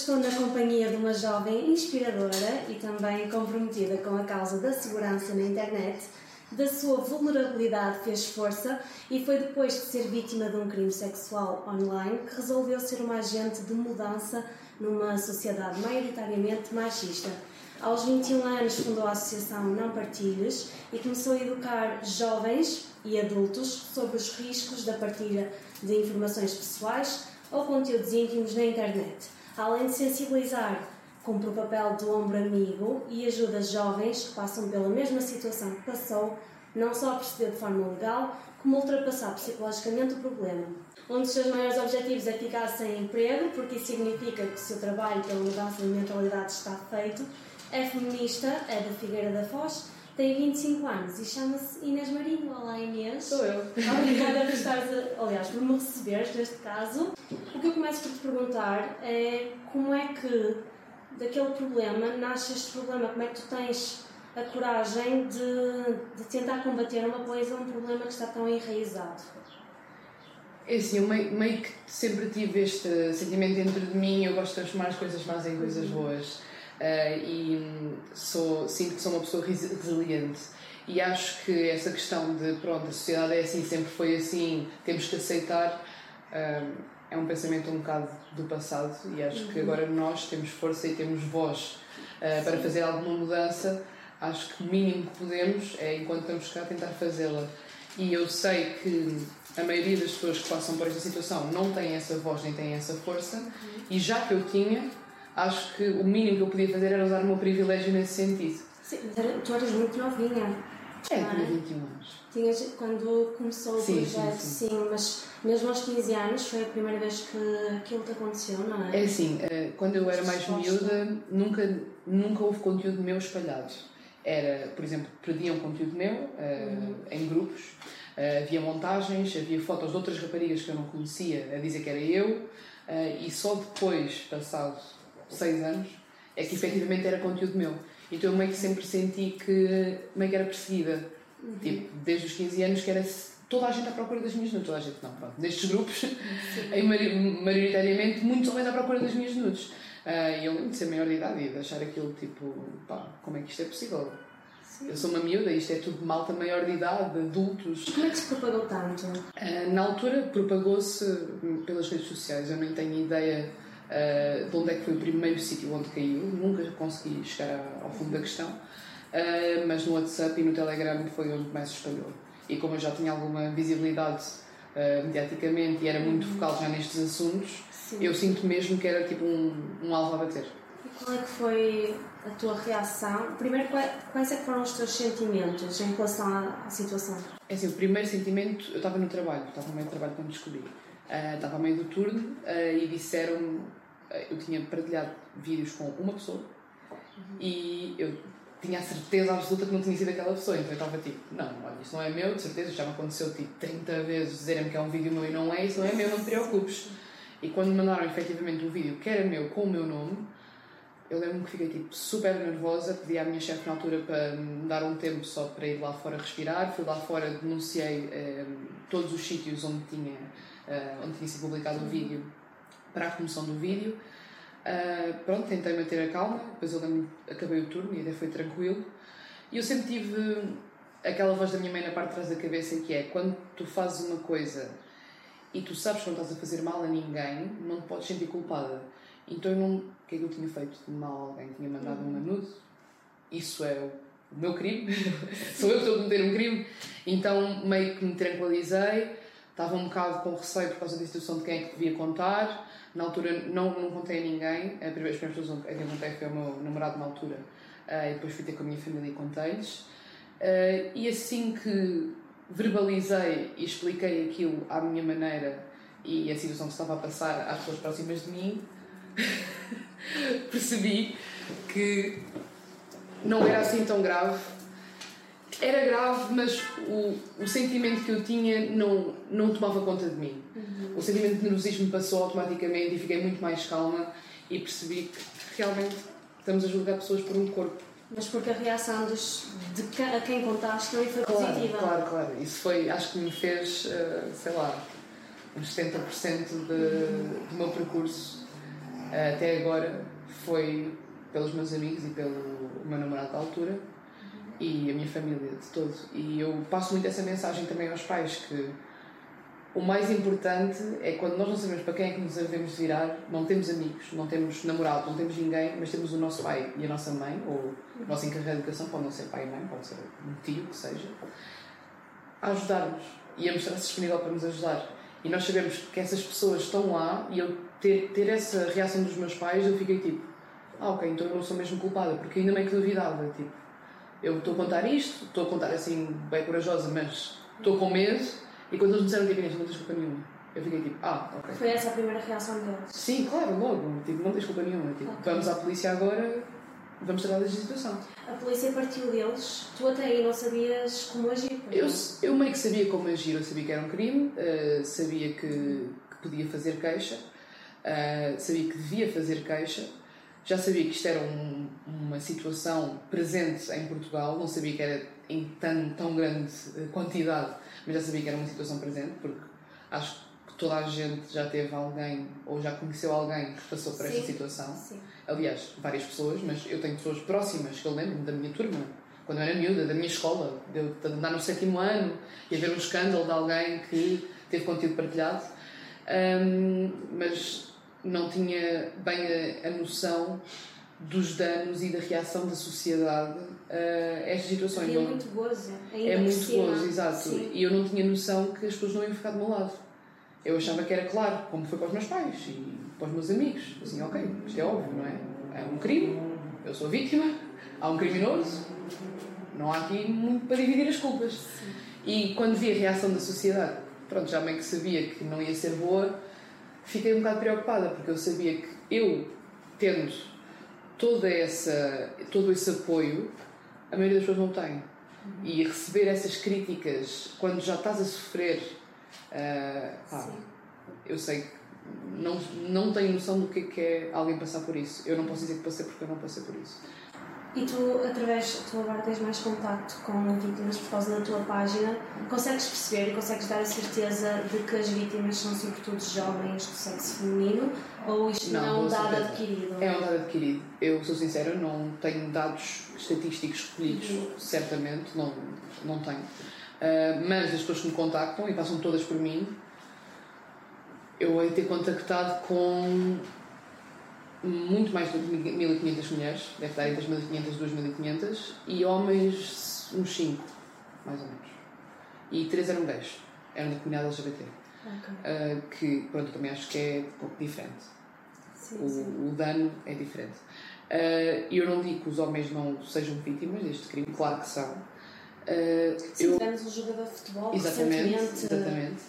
estou na companhia de uma jovem inspiradora e também comprometida com a causa da segurança na internet. Da sua vulnerabilidade fez força e foi depois de ser vítima de um crime sexual online que resolveu ser uma agente de mudança numa sociedade maioritariamente machista. Aos 21 anos fundou a associação Não Partilhes e começou a educar jovens e adultos sobre os riscos da partilha de informações pessoais ou conteúdos íntimos na internet. Além de sensibilizar, cumpre o papel do ombro amigo e ajuda jovens que passam pela mesma situação que passou, não só a perceber de forma legal, como ultrapassar psicologicamente o problema. Um dos seus maiores objetivos é ficar sem emprego, porque isso significa que o seu trabalho pela mudança de mentalidade está feito. É feminista, é da Figueira da Foz, tem 25 anos e chama-se Inês Marinho. Olá, Inês. Sou eu. Obrigada por aliás, por me receberes neste caso. O que eu começo por te perguntar é como é que daquele problema nasce este problema, como é que tu tens a coragem de tentar combater uma coisa, um problema que está tão enraizado? É assim, eu meio que sempre tive este sentimento dentro de mim. Eu gosto de transformar as coisas más em coisas boas. E sinto que sou uma pessoa resiliente e acho que essa questão de pronto, a sociedade é assim, sempre foi assim, temos que aceitar, é um pensamento um bocado do passado e acho que agora nós temos força e temos voz para fazer alguma mudança. Acho que o mínimo que podemos é, enquanto estamos cá, tentar fazê-la. E eu sei que a maioria das pessoas que passam por esta situação não têm essa voz nem têm essa força, e já que eu tinha, acho que o mínimo que eu podia fazer era usar o meu privilégio nesse sentido. Sim, tu eras muito novinha. Tinha 21 anos. Tinhas, quando começou o projeto, sim, mas mesmo aos 15 anos foi a primeira vez que aquilo te aconteceu, não é? É assim, quando eu era mais miúda, nunca houve conteúdo meu espalhado. Era, por exemplo, perdiam conteúdo meu em grupos, havia montagens, havia fotos de outras raparigas que eu não conhecia a dizer que era eu, e só depois, passado 6 anos, é que efetivamente era conteúdo meu. Então eu meio que sempre senti que meio que era perseguida. Tipo, desde os 15 anos que era toda a gente à procura das minhas nudes. Toda a gente, não, pronto. Nestes grupos, maioritariamente, muitos homens à procura das minhas nudes. E eu lembro de ser maior de idade e de achar aquilo tipo, pá, como é que isto é possível? Sim. Eu sou uma miúda e isto é tudo malta maior de idade, adultos. Como é que se propagou tanto? Na altura propagou-se pelas redes sociais. Eu nem tenho ideia de onde é que foi o primeiro sítio onde caiu, nunca consegui chegar ao fundo da questão, mas no WhatsApp e no Telegram foi onde mais se espalhou. E como eu já tinha alguma visibilidade mediaticamente e era muito focal já nestes assuntos, sim, eu sinto mesmo que era tipo um alvo a bater. E qual é que foi a tua reação? Primeiro, quais é que foram os teus sentimentos em relação à situação? É assim, o primeiro sentimento, eu estava no trabalho, estava no meio do trabalho quando descobri. Estava a meio do turno e disseram-me, eu tinha partilhado vídeos com uma pessoa e eu tinha a certeza absoluta que não tinha sido aquela pessoa, então eu estava tipo, não, olha, isto não é meu, de certeza, já me aconteceu tipo 30 vezes dizerem-me que é um vídeo meu e não é, isso não é meu, não te preocupes. E quando me mandaram efetivamente um vídeo que era meu, com o meu nome, eu lembro-me que fiquei tipo super nervosa, pedi à minha chefe na altura para me dar um tempo só para ir lá fora respirar, fui lá fora, denunciei todos os sítios onde tinha sido publicado o vídeo para a remoção do vídeo. Pronto, tentei manter a calma, depois eu lembro, acabei o turno e até foi tranquilo. E eu sempre tive aquela voz da minha mãe na parte de trás da cabeça, que é, quando tu fazes uma coisa e tu sabes que não estás a fazer mal a ninguém, não te podes sentir culpada. Então o que é que eu tinha feito de mal a alguém? Tinha mandado uma nude, isso é o meu crime, sou eu que estou a cometer um crime. Então meio que me tranquilizei. Estava um bocado com receio por causa da situação de quem é que devia contar. Na altura não contei a ninguém. As primeiras pessoas a quem contei foi o meu namorado na altura. E depois fui ter com a minha família e contei-lhes. E assim que verbalizei e expliquei aquilo à minha maneira e a situação que estava a passar às pessoas próximas de mim, percebi que não era assim tão grave. Era grave, mas o sentimento que eu tinha não tomava conta de mim. O sentimento de nervosismo passou automaticamente e fiquei muito mais calma e percebi que realmente estamos a julgar pessoas por um corpo. Mas porque a reação a quem contaste também foi positiva. Claro. Isso foi, acho que me fez, sei lá, uns 70% do meu percurso Até agora foi pelos meus amigos e pelo meu namorado da altura e a minha família de todo. E eu passo muito essa mensagem também aos pais, que o mais importante é quando nós não sabemos para quem é que nos devemos virar, não temos amigos, não temos namorado, não temos ninguém, mas temos o nosso pai e a nossa mãe, ou o nosso encarregado de educação, pode não ser pai e mãe, pode ser um tio, que seja, a ajudar-nos e a mostrar-se disponível para nos ajudar. E nós sabemos que essas pessoas estão lá, e eu ter essa reação dos meus pais, eu fiquei tipo, ok, então eu não sou mesmo culpada, porque ainda meio que duvidava, tipo, eu estou a contar isto, estou a contar assim bem corajosa, mas estou com medo. E quando eles me disseram, tipo, Inês, não tens culpa nenhuma, eu fiquei tipo, ok. Foi essa a primeira reação deles? Sim, claro, logo, tipo, não tens culpa nenhuma, tipo, vamos à polícia agora, vamos tratar da situação. A polícia partiu deles, tu até aí não sabias como agir? Eu meio que sabia como agir, eu sabia que era um crime, sabia que podia fazer queixa, sabia que devia fazer queixa, já sabia que isto era uma situação presente em Portugal, não sabia que era em tão grande quantidade, mas já sabia que era uma situação presente, porque acho que toda a gente já teve alguém ou já conheceu alguém que passou por esta situação. Sim. Aliás, várias pessoas, mas eu tenho pessoas próximas que eu lembro-me da minha turma, quando eu era miúda, da minha escola, de eu andar no 7º ano e haver um escândalo de alguém que teve conteúdo partilhado, mas não tinha bem a noção dos danos e da reação da sociedade a estas situações. É muito gozo. É muito gozo, exato. Sim. E eu não tinha noção que as pessoas não iam ficar do meu lado. Eu achava que era claro, como foi para os meus pais e para os meus amigos. Assim, ok, isto é óbvio, não é? É um crime, eu sou vítima, há um criminoso, não há aqui muito para dividir as culpas. Sim. E quando vi a reação da sociedade, pronto, já meio que sabia que não ia ser boa, fiquei um bocado preocupada, porque eu sabia que eu, tendo todo esse apoio, a maioria das pessoas não tem. E receber essas críticas quando já estás a sofrer, eu sei que não tenho noção do que é alguém passar por isso. Eu não posso dizer que passei porque eu não passei por isso. E tu agora tens mais contacto com vítimas por causa da tua página, consegues perceber e consegues dar a certeza de que as vítimas são sobretudo jovens do sexo feminino, ou isto não é um dado adquirido? É um dado adquirido. Eu sou sincera, não tenho dados estatísticos recolhidos, certamente, não tenho. Mas as pessoas que me contactam, e passam todas por mim, eu hei de ter contactado com muito mais de 1.500 mulheres, deve estar entre as 1.500 e 2.500, e homens uns 5, mais ou menos. E 3 eram gays, eram da comunidade LGBT. Okay. Que, pronto, também acho que é um pouco diferente. Sim. O dano é diferente. Eu não digo que os homens não sejam vítimas deste crime, claro que são. Tivemos um jogador de futebol recentemente. Exatamente.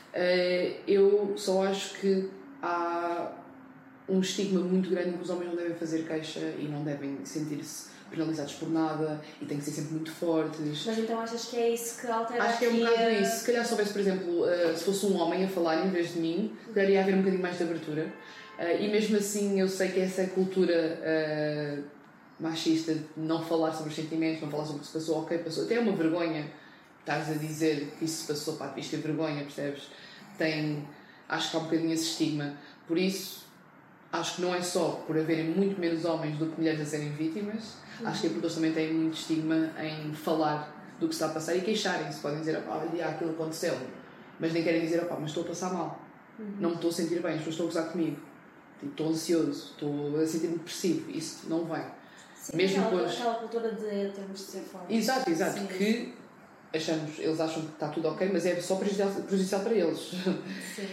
Eu só acho que há um estigma muito grande que os homens não devem fazer queixa e não devem sentir-se penalizados por nada e têm que ser sempre muito fortes. Mas então achas que é isso que altera? Acho que é um bocado isso. Se calhar se houvesse, por exemplo, se fosse um homem a falar em vez de mim, poderia haver um bocadinho mais de abertura. E mesmo assim eu sei que essa cultura machista de não falar sobre os sentimentos, não falar sobre o que se passou, ok, passou. Até é uma vergonha estás a dizer que isso se passou, pá, isto é vergonha, percebes? Acho que há um bocadinho esse estigma. Por isso, acho que não é só por haverem muito menos homens do que mulheres a serem vítimas, acho que é porque eles também têm muito estigma em falar do que está a passar e queixarem-se. Podem dizer, olha, aquilo aconteceu, mas nem querem dizer, mas estou a passar mal, não me estou a sentir bem, as pessoas estão a gozar comigo, estou ansioso, estou a sentir-me depressivo, isso não vai. Sim, mesmo aquela cultura de termos de ser fortes. Exato, sim. Que eles acham que está tudo ok, mas é só prejudicial para eles. Sim.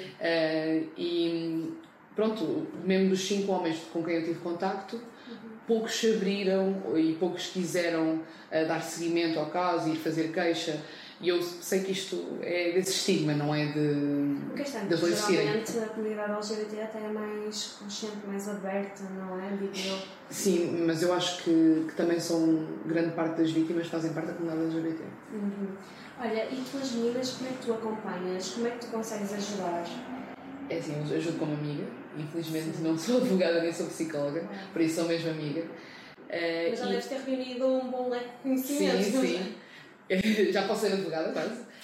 E pronto, mesmo dos 5 homens com quem eu tive contacto, poucos se abriram e poucos quiseram dar seguimento ao caso e ir fazer queixa. E eu sei que isto é desse estigma, não é de eles existirem. Geralmente a comunidade LGBT até é mais consciente, mais aberta, não é? Digo eu. Sim, mas eu acho que também são grande parte das vítimas fazem parte da comunidade LGBT. Olha, e tu as meninas, como é que tu acompanhas? Como é que tu consegues ajudar? É assim, eu ajudo como amiga. Infelizmente não sou advogada nem sou psicóloga, por isso sou mesmo amiga. Mas já deves ter reunido um bom leque de conhecimentos. Sim. Já posso ser advogada, quase.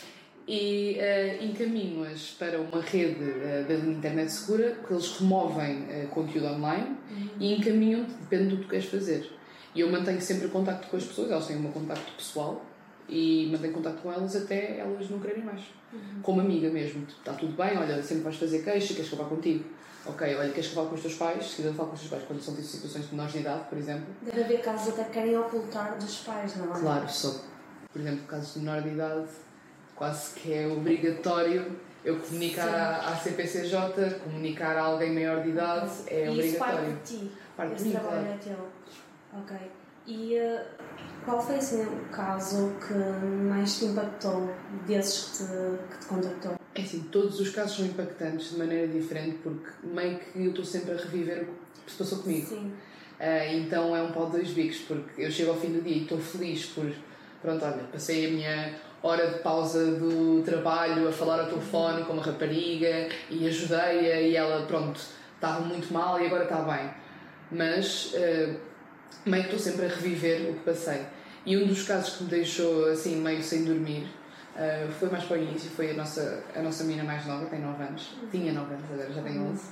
e encaminho-as para uma rede da internet segura, que eles removem conteúdo online e encaminham-te, depende do que tu queres fazer. E eu mantenho sempre contacto com as pessoas, elas têm o meu contacto pessoal e mantenho contacto com elas até elas não quererem mais. Como amiga mesmo, está tudo bem, olha, sempre vais fazer queixa, queres que eu vá contigo? Ok, olha, queres que eu vá com os teus pais? Se quiser falar com os teus pais quando são tipo situações de menores de idade, por exemplo. Deve haver casos até que querem ocultar dos pais, não é? Claro, só, por exemplo, casos de menor de idade, quase que é obrigatório eu comunicar à CPCJ, comunicar a alguém maior de idade, é e isso obrigatório. parte de ti? Parte de esse mim, trabalho claro. é teu? Ok. E qual foi assim, o caso que mais te impactou desses que te contactou? É assim, todos os casos são impactantes de maneira diferente porque meio que eu estou sempre a reviver o que se passou comigo. Sim. Então é um pau de dois bicos, porque eu chego ao fim do dia e estou feliz por, pronto, olha, passei a minha hora de pausa do trabalho a falar ao telefone com uma rapariga e ajudei-a e ela, pronto, estava muito mal e agora está bem. Mas meio que estou sempre a reviver o que passei. E um dos casos que me deixou assim meio sem dormir foi mais para o início, foi a nossa menina mais nova, tem 9 anos, tinha 9 anos, agora já tem 11,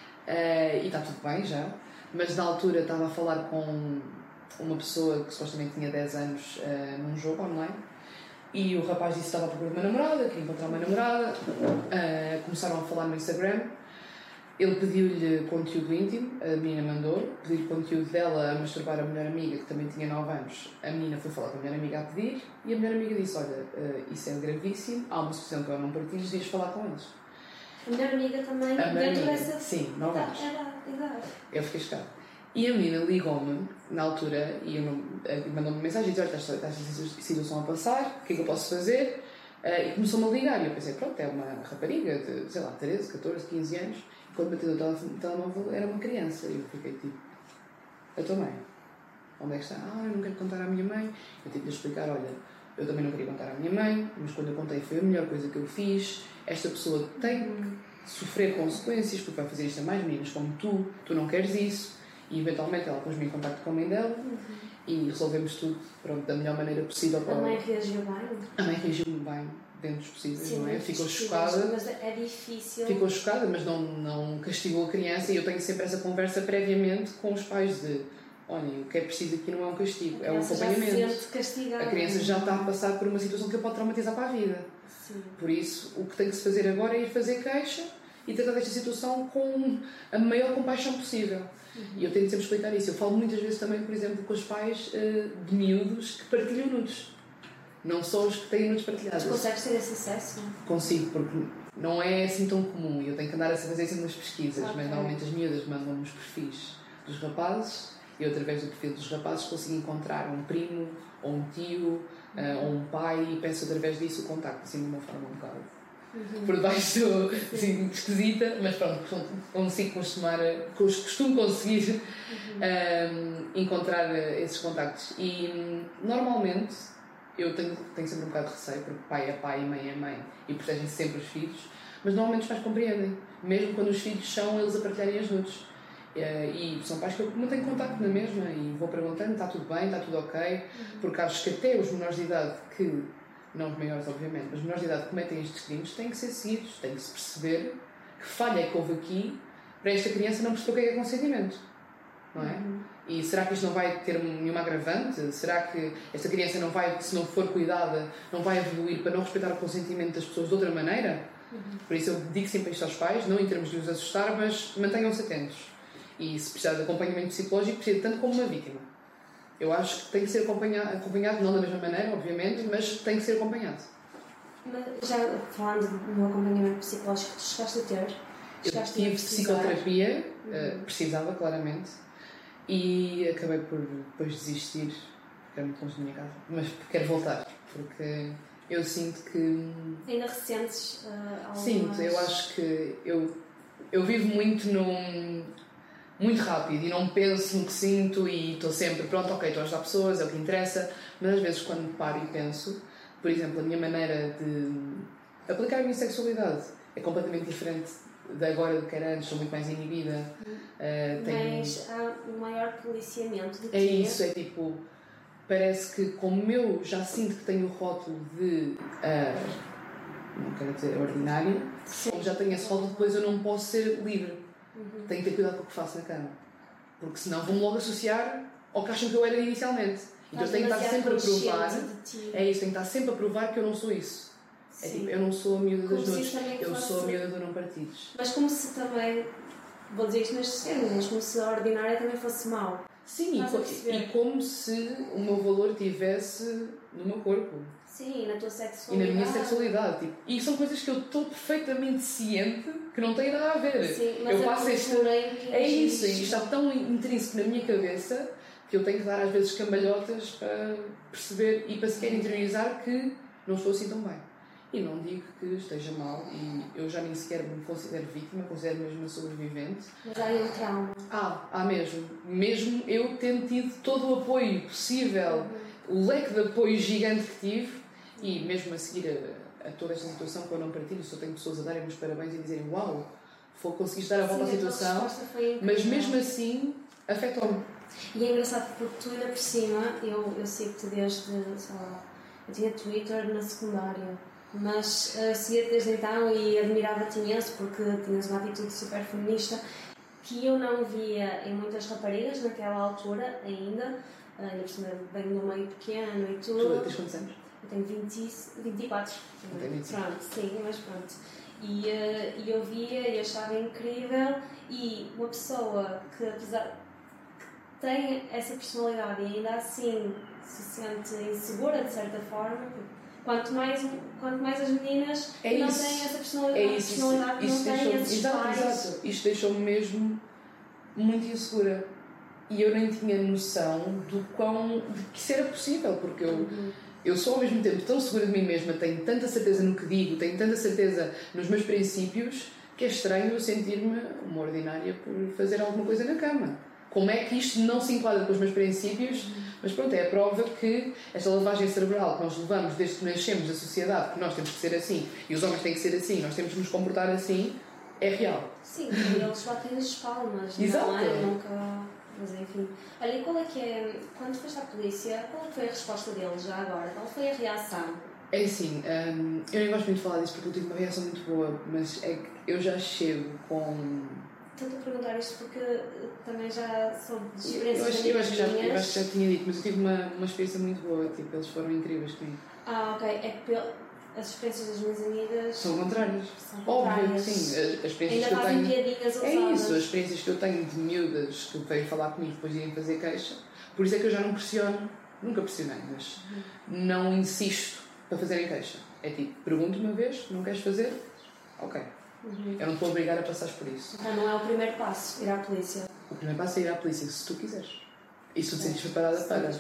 e está tudo bem já, mas na altura estava a falar com uma pessoa que supostamente tinha 10 anos num jogo online, e o rapaz disse que estava à procura de uma namorada, queria encontrar uma namorada, começaram a falar no Instagram. Ele pediu-lhe conteúdo íntimo, a menina mandou, pediu-lhe conteúdo dela a masturbar a melhor amiga, que também tinha 9 anos. A menina foi falar com a melhor amiga a pedir, e a melhor amiga disse, olha, isso é gravíssimo, há uma situação que eu não partilho, devias falar com eles. A melhor amiga também, a dentro amiga, dessa... sim, 9 anos. Era. Eu fiquei chocada. E a menina ligou-me, na altura, e mandou-me uma mensagem e disse, olha, está esta situação a passar, o que é que eu posso fazer? E começou-me a ligar, e eu pensei, pronto, é uma rapariga de, sei lá, 13, 14, 15 anos. Quando bateu o telemóvel era uma criança e eu fiquei tipo, a tua mãe, onde é que está? Eu não quero contar à minha mãe. Eu tive de explicar, olha, eu também não queria contar à minha mãe, mas quando eu contei foi a melhor coisa que eu fiz. Esta pessoa tem que sofrer consequências porque vai fazer isto a mais meninas como tu não queres isso. E eventualmente ela pôs-me em contacto com a mãe dela e resolvemos tudo, pronto, da melhor maneira possível. A mãe reagiu bem? A mãe reagiu bem, dentro dos possíveis, sim, não é? Ficou chocada. Mas é difícil. Ficou chocada, mas não castigou a criança, e eu tenho sempre essa conversa previamente com os pais de, olhem, o que é preciso aqui não é um castigo, é um acompanhamento. A criança já está a passar por uma situação que a pode traumatizar para a vida. Sim. Por isso, o que tem que se fazer agora é ir fazer queixa e tratar desta situação com a maior compaixão possível. E eu tento sempre explicar isso. Eu falo muitas vezes também, por exemplo, com os pais de miúdos que partilham nudes. Não só os que têm nudes partilhados. Tu consegues ter esse acesso? Consigo, porque não é assim tão comum. Eu tenho que andar a fazer assim umas pesquisas, Okay. mas normalmente as miúdas mandam-me os perfis dos rapazes e eu, através do perfil dos rapazes, consigo encontrar um primo, ou um tio, ou um pai, e peço através disso o contacto, assim de uma forma um bocado por baixo, assim, esquisita, mas pronto, costumo conseguir encontrar esses contactos. E normalmente eu tenho sempre um bocado de receio, porque pai é pai e mãe é mãe e protegem sempre os filhos, mas normalmente os pais compreendem, mesmo quando os filhos são eles a partilharem as nudes. E são pais que eu mantenho contacto na mesma e vou perguntando, está tudo bem, está tudo ok, porque acho que até os menores de idade que, não os maiores obviamente, mas os menores de idade que cometem estes crimes têm que ser seguidos, têm que se perceber que falha é que houve aqui para esta criança não perceber o que é consentimento, não é? E será que isto não vai ter nenhuma agravante? Será que esta criança não vai, se não for cuidada, não vai evoluir para não respeitar o consentimento das pessoas de outra maneira? Por isso eu digo sempre isto aos pais, não em termos de os assustar, mas mantenham-se atentos. E se precisar de acompanhamento psicológico, precisa tanto como uma vítima. Eu acho que tem que ser acompanhado, não da mesma maneira, obviamente, mas tem que ser acompanhado. Mas já falando no acompanhamento psicológico, tu chegaste a ter? Eu tive psicoterapia, precisava claramente, e acabei por depois desistir, porque era muito longe da minha casa, mas quero voltar, porque eu sinto que... Ainda ressentes algumas... Sinto, eu acho que eu vivo muito muito rápido e não penso no que sinto e estou sempre, pronto, ok, estou a ajudar pessoas, é o que interessa, mas às vezes quando paro e penso, por exemplo, a minha maneira de aplicar a minha sexualidade é completamente diferente de agora do que era antes, sou muito mais inibida. Mas há um maior policiamento de ti. É isso, é tipo, parece que como eu já sinto que tenho o rótulo de não quero dizer ordinária, como já tenho esse rol, depois eu não posso ser livre. Tenho que ter cuidado com o que faço na cama. Porque senão vão-me logo associar ao que acham que eu era inicialmente. Então eu tenho que estar sempre a provar. É isso, tenho que estar sempre a provar que eu não sou isso. É tipo, eu não sou a miúda das noites, eu sou a miúda do não partidos. Mas como se também, vou dizer isto nestes termos, como se a ordinária também fosse mau. Sim, e como se o meu valor estivesse no meu corpo. Sim, na tua sexualidade. E na minha sexualidade. Tipo, e são coisas que eu estou perfeitamente ciente que não têm nada a ver. Sim, mas eu passo é isso, e está tão intrínseco na minha cabeça que eu tenho que dar às vezes cambalhotas para perceber e para sequer interiorizar que não estou assim tão bem. E não digo que esteja mal, e eu já nem sequer me considero vítima, considero mesmo uma sobrevivente. Mas há aí um trauma. Há mesmo. Mesmo eu tendo tido todo o apoio possível, o leque de apoio gigante que tive, e mesmo a seguir a toda esta situação que eu não partilho, só tenho pessoas a darem-me os parabéns e dizerem uau, conseguiste dar a volta à situação, mas mesmo assim afetou-me. E é engraçado porque tu ainda por cima, eu sigo-te desde, sei lá, eu tinha Twitter na secundária, mas seguia-te desde então e admirava-te imenso porque tinhas uma atitude super feminista que eu não via em muitas raparigas naquela altura ainda por cima venho de um meio pequeno e tudo. Tu tens quantos anos? Eu tenho 24. Pronto, sim, mas pronto. E eu via e achava incrível, e uma pessoa que apesar que tem essa personalidade e ainda assim se sente insegura de certa forma, quanto mais as meninas que não têm essa personalidade, não têm esses pais. Exato. Isto deixou-me mesmo muito insegura. E eu nem tinha noção de que isso era possível, porque eu sou ao mesmo tempo tão segura de mim mesma, tenho tanta certeza no que digo, tenho tanta certeza nos meus princípios, que é estranho eu sentir-me uma ordinária por fazer alguma coisa na cama. Como é que isto não se enquadra com os meus princípios? Mas pronto, é a prova que esta lavagem cerebral que nós levamos desde que nascemos da sociedade, que nós temos que ser assim, e os homens têm que ser assim, nós temos que nos comportar assim, é real. Sim, e eles batem as palmas. Exato. Não é? Nunca... Mas enfim. Olha, e qual é que é... Quando foste à polícia, qual é que foi a resposta deles já agora? Qual foi a reação? É assim, eu nem gosto muito de falar disso porque eu tive uma reação muito boa, mas é que eu já chego com... Estou-te a perguntar isto porque também já soube de experiências eu acho que já tinha dito, mas eu tive uma experiência muito boa, tipo, eles foram incríveis comigo. Ok. É que as experiências das minhas amigas... São contrárias. Óbvio que sim. As experiências que eu tenho... piadinhas ousadas. É isso, as experiências que eu tenho de miúdas que veio falar comigo depois de irem fazer queixa, por isso é que eu já não pressiono, nunca pressionei, mas não insisto para fazerem queixa. É tipo, pergunto uma vez, não queres fazer? Ok. Eu não te vou obrigar a passares por isso. Então não é o primeiro passo, ir à polícia. O primeiro passo é ir à polícia, se tu quiseres. E se tu te sentes preparada para.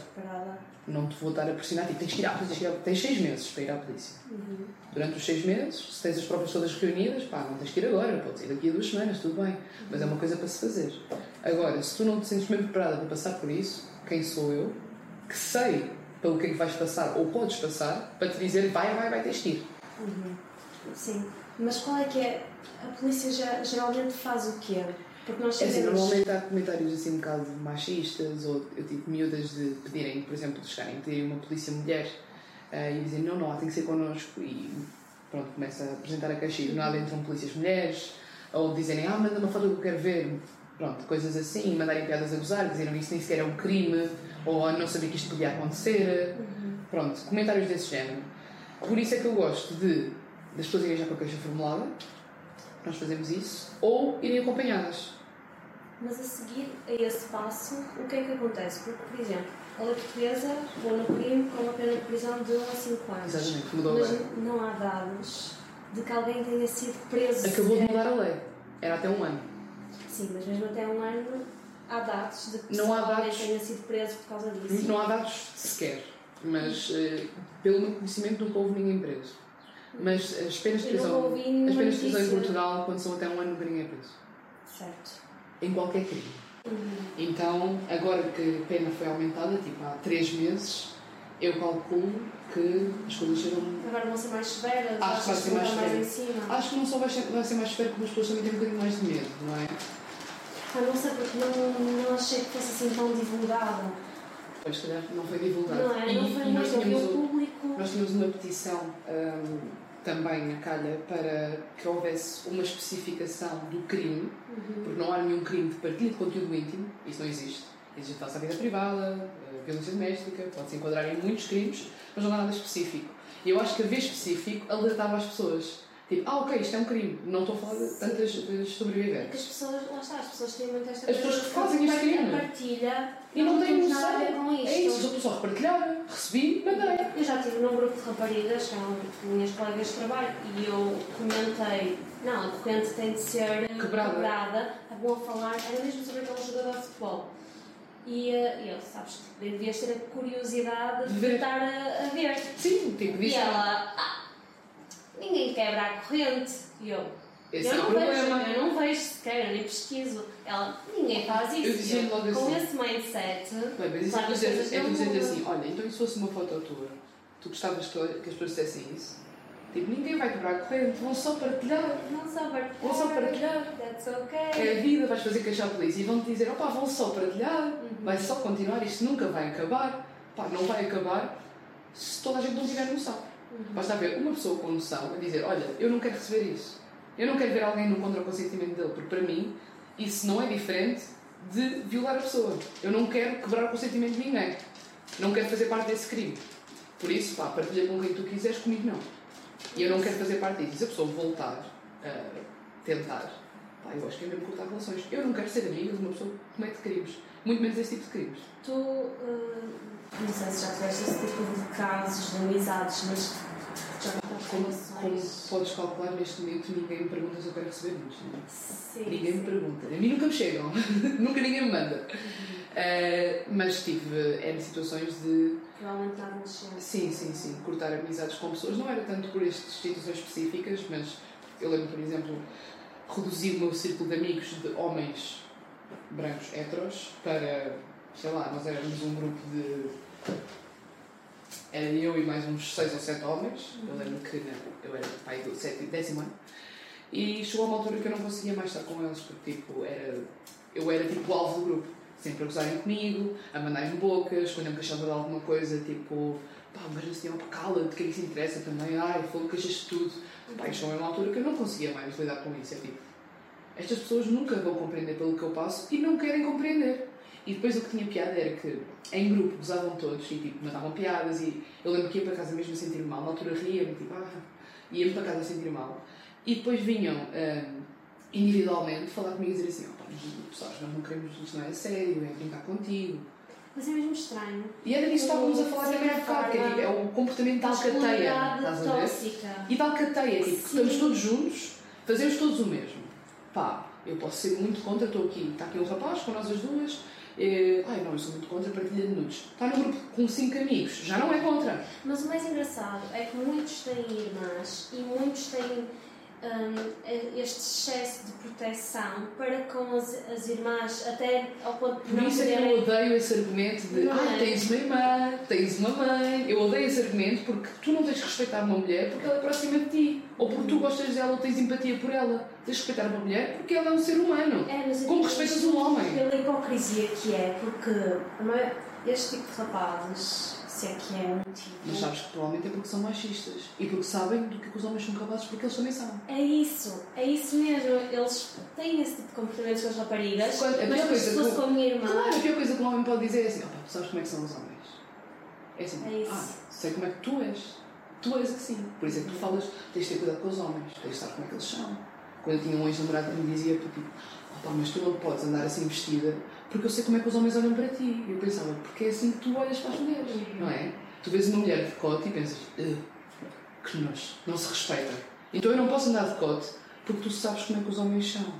Não te vou estar a pressionar, tipo, tens que ir à polícia, tens 6 meses para ir à polícia. Durante os 6 meses, se tens as provas todas reunidas, pá, não tens que ir agora, pode ir daqui a 2 semanas, tudo bem. Mas é uma coisa para se fazer. Agora, se tu não te sentes mesmo preparada para passar por isso, quem sou eu, que sei pelo que é que vais passar ou podes passar, para te dizer vai, tens que ir. Sim. Mas qual é que é? A polícia geralmente faz o quê? Porque nós sabemos... assim, normalmente há comentários assim um bocado machistas, ou eu tive miúdas de pedirem, por exemplo, de chegarem a pedirem uma polícia mulher e dizem não, tem que ser connosco, e pronto, começa a apresentar a queixa e do nada entram polícias mulheres, ou dizerem manda uma foto que eu quero ver, pronto, coisas assim, mandarem piadas a gozar, dizerem isso nem sequer é um crime, ou não sabia que isto podia acontecer, pronto, comentários desse género. Por isso é que eu gosto das pessoas irem já com a queixa formulada, nós fazemos isso, ou irem acompanhadas. Mas a seguir a esse passo, o que é que acontece? Porque, por exemplo, a lei portuguesa põe no crime com uma pena de prisão de 1 a 5 anos. Exatamente, mudou mas a lei. Não há dados de que alguém tenha sido preso. Acabou de mudar a lei. Era até 1 ano. Sim, mas mesmo até 1 ano há dados de que não há alguém dados, tenha sido preso por causa disso. Não há dados sequer. Mas, pelo meu conhecimento, nunca houve ninguém preso. Mas as penas de prisão em Portugal, quando são até 1 ano, ninguém é preso. Certo. Em qualquer crime. Então, agora que a pena foi aumentada, tipo há 3 meses, eu calculo que as coisas serão... Agora vão ser mais severas? Acho que vai ser mais severo. Em cima? Acho que não só vai ser mais severo, como as pessoas também têm um bocadinho mais de medo, não é? Não sei, porque não achei que fosse assim tão divulgada. Pois, se calhar, não foi divulgado. Não é? Não foi muito, havia o público. Nós tínhamos uma petição também a calha para que houvesse uma especificação do crime, porque não há nenhum crime de partilha de conteúdo íntimo, isso não existe. Existe falsa vida privada, violência doméstica, pode-se enquadrar em muitos crimes, mas não há nada específico. E eu acho que haver específico alertava as pessoas. Tipo, ok, isto é um crime, não estou a falar de tantas sobreviventes. Porque as pessoas, lá está, as pessoas têm muito esta coisa. As pessoas que fazem este crime. Partilha e não têm nada a ver noção. com isto. É isso, eu estou só a repartilhar, recebi, mandei. Eu já estive num grupo de raparigas, que eram minhas colegas de trabalho, e eu comentei, não, a corrente tem de ser quebrada. Estavam a falar, era mesmo sobre aquele jogador de futebol. E eu, sabes, devias ter a curiosidade de estar a ver. Sim, tipo, e ela, ninguém quebra a corrente. E eu não vejo sequer, eu nem pesquiso. Ela, ninguém faz isso. Eu dizia logo com assim, esse mindset. Bem, mas isso claro, é tu dizer assim, olha, então e se fosse uma foto tua, tu gostavas que as pessoas dissessem isso? Tipo, ninguém vai quebrar a corrente, vão só partilhar. Vão só partilhar. That's okay. É a vida, vais fazer queixar a polícia e vão-te dizer, opá, vão só partilhar, vai só continuar, isto nunca vai acabar. Pá, não vai acabar se toda a gente não tiver noção. Basta haver uma pessoa com noção a dizer, olha, eu não quero receber isso. Eu não quero ver alguém no contra o consentimento dele, porque para mim isso não é diferente de violar a pessoa. Eu não quero quebrar o consentimento de ninguém. Não quero fazer parte desse crime. Por isso, pá, partilha com quem tu quiseres, comigo não. E eu não quero fazer parte disso. Se a pessoa voltar a tentar, pá, eu acho que é mesmo cortar relações. Eu não quero ser amiga de uma pessoa que comete crimes. Muito menos esse tipo de crimes. Tu, não sei se já tiveste esse tipo de casos de amizades, mas já como podes calcular, neste momento ninguém me pergunta se eu quero receber nudes. Ninguém me pergunta. A mim nunca me chegam. Nunca ninguém me manda. Mas tive situações de... Provavelmente na adolescência. Sim. Cortar amizades com pessoas. Não era tanto por estas situações específicas, mas eu lembro, por exemplo, reduzir o meu círculo de amigos de homens brancos héteros para, sei lá, nós éramos um grupo de... Era eu e mais uns 6 ou 7 homens. Eu lembro que eu era pai do 10º ano. E chegou a uma altura que eu não conseguia mais estar com eles, porque tipo, eu era tipo o alvo do grupo. Sempre a gozarem comigo, a mandarem bocas, quando eu me queixava de alguma coisa, tipo, pá, mas assim, ó, cala-te, que é que isso interessa também, ai, fogo, queixas-te tudo. Pá, e chegou a uma altura que eu não conseguia mais lidar com isso. É tipo, estas pessoas nunca vão compreender pelo que eu passo e não querem compreender. E depois o que tinha piada era que em grupo gozavam todos e tipo, mandavam piadas e eu lembro que ia para casa mesmo a sentir mal, na altura ria-me, tipo, ia-me para casa a sentir mal. E depois vinham individualmente falar comigo e dizer assim, sabes, nós não queremos, isto não é sério, é brincar contigo. Mas é mesmo estranho. E era disso que estávamos a falar também há bocado, que é, tipo, é o comportamento de alcateia, estás a ver? E de alcateia, tipo, que estamos todos juntos, fazemos todos o mesmo. Pá, eu posso ser muito contra, estou aqui, está aqui um rapaz com nós as duas, não, eu sou muito contra a partilha de nudes. Está num grupo com 5 amigos, já não é contra. Mas o mais engraçado é que muitos têm irmãs e muitos têm este excesso de proteção para com as irmãs, até ao ponto de não poderem... Por isso é que eu odeio esse argumento de tens uma irmã, tens uma mãe. Eu odeio esse argumento porque tu não tens de respeitar uma mulher porque ela é próxima de ti, ou porque tu gostas dela ou tens empatia por ela. Tens de respeitar uma mulher porque ela é um ser humano, como respeitas um homem. Pela hipocrisia que é, porque este tipo de rapazes, se é que é um tipo... Mas sabes que provavelmente é porque são machistas e porque sabem do que os homens são capazes, porque eles também são. É isso mesmo. Eles têm esse tipo de comportamentos com as raparigas, mas se fosse com a minha irmã... Claro, a pior coisa que um homem pode dizer é assim, tu sabes como é que são os homens? É assim, sei como é que tu és. Tu és assim. Por isso é que tu falas, tens de ter cuidado com os homens, tens de saber como é que eles são. Quando eu tinha um ex-namorado que me dizia, tipo, mas tu não podes andar assim vestida porque eu sei como é que os homens olham para ti. E eu pensava, porque é assim que tu olhas para as mulheres, não é? Tu vês uma mulher de decote e pensas, que nojo, não se respeita. Então eu não posso andar de decote porque tu sabes como é que os homens são.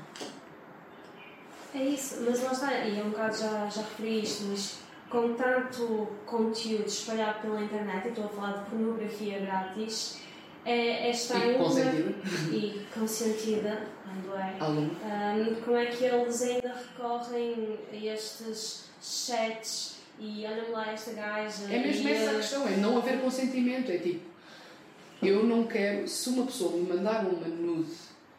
É isso, mas lá está, e um bocado já referi isto, mas com tanto conteúdo espalhado pela internet, e estou a falar de pornografia grátis, é estranho. E consentida. E consentida, como é que eles ainda recorrem a estes chats e olha-me lá esta gaja. É mesmo essa a questão, é não haver consentimento. É tipo, eu não quero, se uma pessoa me mandar uma nude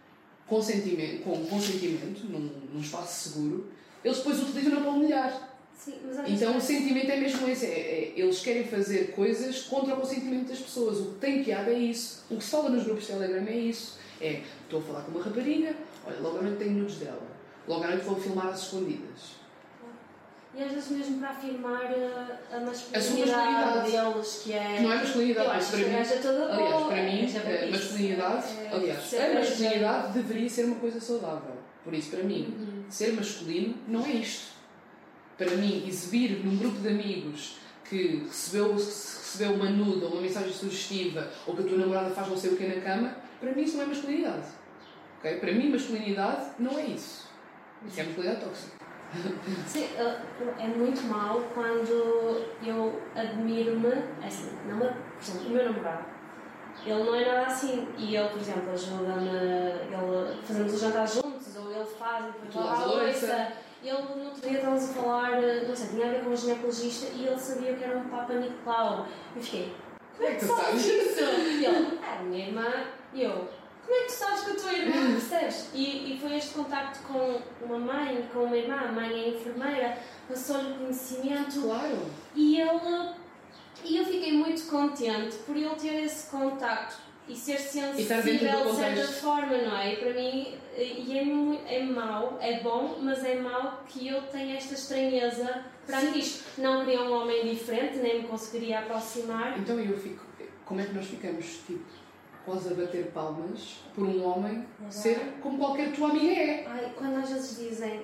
com consentimento, num espaço seguro, eles depois utilizam-na para humilhar. Sim, mas então o sentimento é mesmo esse, eles querem fazer coisas contra o consentimento das pessoas. O que tem piada é isso, o que se fala nos grupos de Telegram é isso. Estou a falar com uma rapariga, olha, logo à noite tenho nudes dela, logo à noite vou filmar às escondidas. E às vezes mesmo para afirmar a masculinidade deles, que é... Que não é masculinidade, eu acho para mim, aliás, para mim, masculinidade, a masculinidade deveria ser uma coisa saudável. Por isso, para mim, ser masculino não é isto. Para mim, exibir num grupo de amigos que recebeu uma nude ou uma mensagem sugestiva ou que a tua namorada faz não sei o que na cama, para mim isso não é masculinidade. Okay? Para mim, masculinidade não é isso. Isso é masculinidade tóxica. Sim, é muito mau quando eu admiro-me, assim, por exemplo, o meu namorado, ele não é nada assim, e ele, por exemplo, ajuda-me, fazemos o jantar juntos, ou ele faz, e depois lava a louça. Ele, no outro dia, estávamos a falar, não sei, tinha a ver com um ginecologista, e ele sabia que era um Papa Nicolau. Eu fiquei, como é que tu sabes isso? E ele, minha irmã, e eu, como é que tu sabes que a tua irmã, percebes? E foi este contacto com uma mãe, com uma irmã, a mãe é enfermeira, passou-lhe conhecimento. Claro. E eu fiquei muito contente por ele ter esse contacto e ser sensível de certa forma, não é? E para mim, é mau, é bom, mas é mau que eu tenha esta estranheza para isto. Não queria um homem diferente, nem me conseguiria aproximar. Então eu fico, como é que nós ficamos, tipo, quase a bater palmas por um homem ser como qualquer tua amiga é? Quando às vezes dizem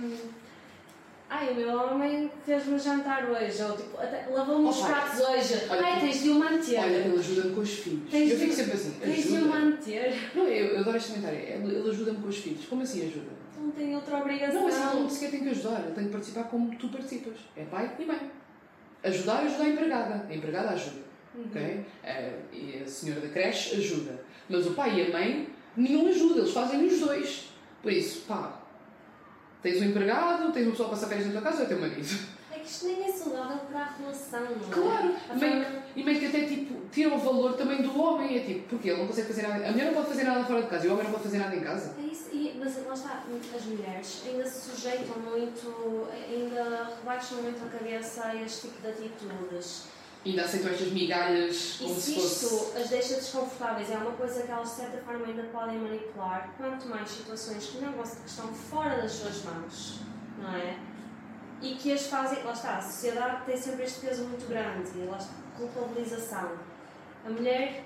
o meu homem fez-me jantar hoje, ou tipo, lavou-me os pratos hoje, tens de o manter. Olha, ele ajuda-me com os filhos. Eu fico sempre assim, tens de o manter. Não, eu adoro este comentário, ele ajuda-me com os filhos. Como assim ajuda? Não tem outra obrigação. Não, mas ele não sequer tem que ajudar, ele tem que participar como tu participas. É pai e mãe. Ajudar a empregada. A empregada ajuda. Okay? E a senhora da creche ajuda. Mas o pai e a mãe, nenhum ajuda, eles fazem os dois. Por isso, tens um empregado, tens uma pessoa a passar férias na tua casa ou é teu marido? É que isto nem é saudável para a relação, não é? Claro! E meio que até tira o valor também do homem. É tipo, porque ele não consegue fazer nada. A mulher não pode fazer nada fora de casa e o homem não pode fazer nada em casa. É isso, mas lá está, as mulheres ainda se sujeitam muito, ainda rebaixam muito a cabeça a este tipo de atitudes. E ainda aceitam estas migalhas como se fosse... isto as deixa desconfortáveis, é uma coisa que elas de certa forma ainda podem manipular, quanto mais situações que estão fora das suas mãos, não é? E que as fazem, lá está, a sociedade tem sempre este peso muito grande, e lá está, culpabilização. A mulher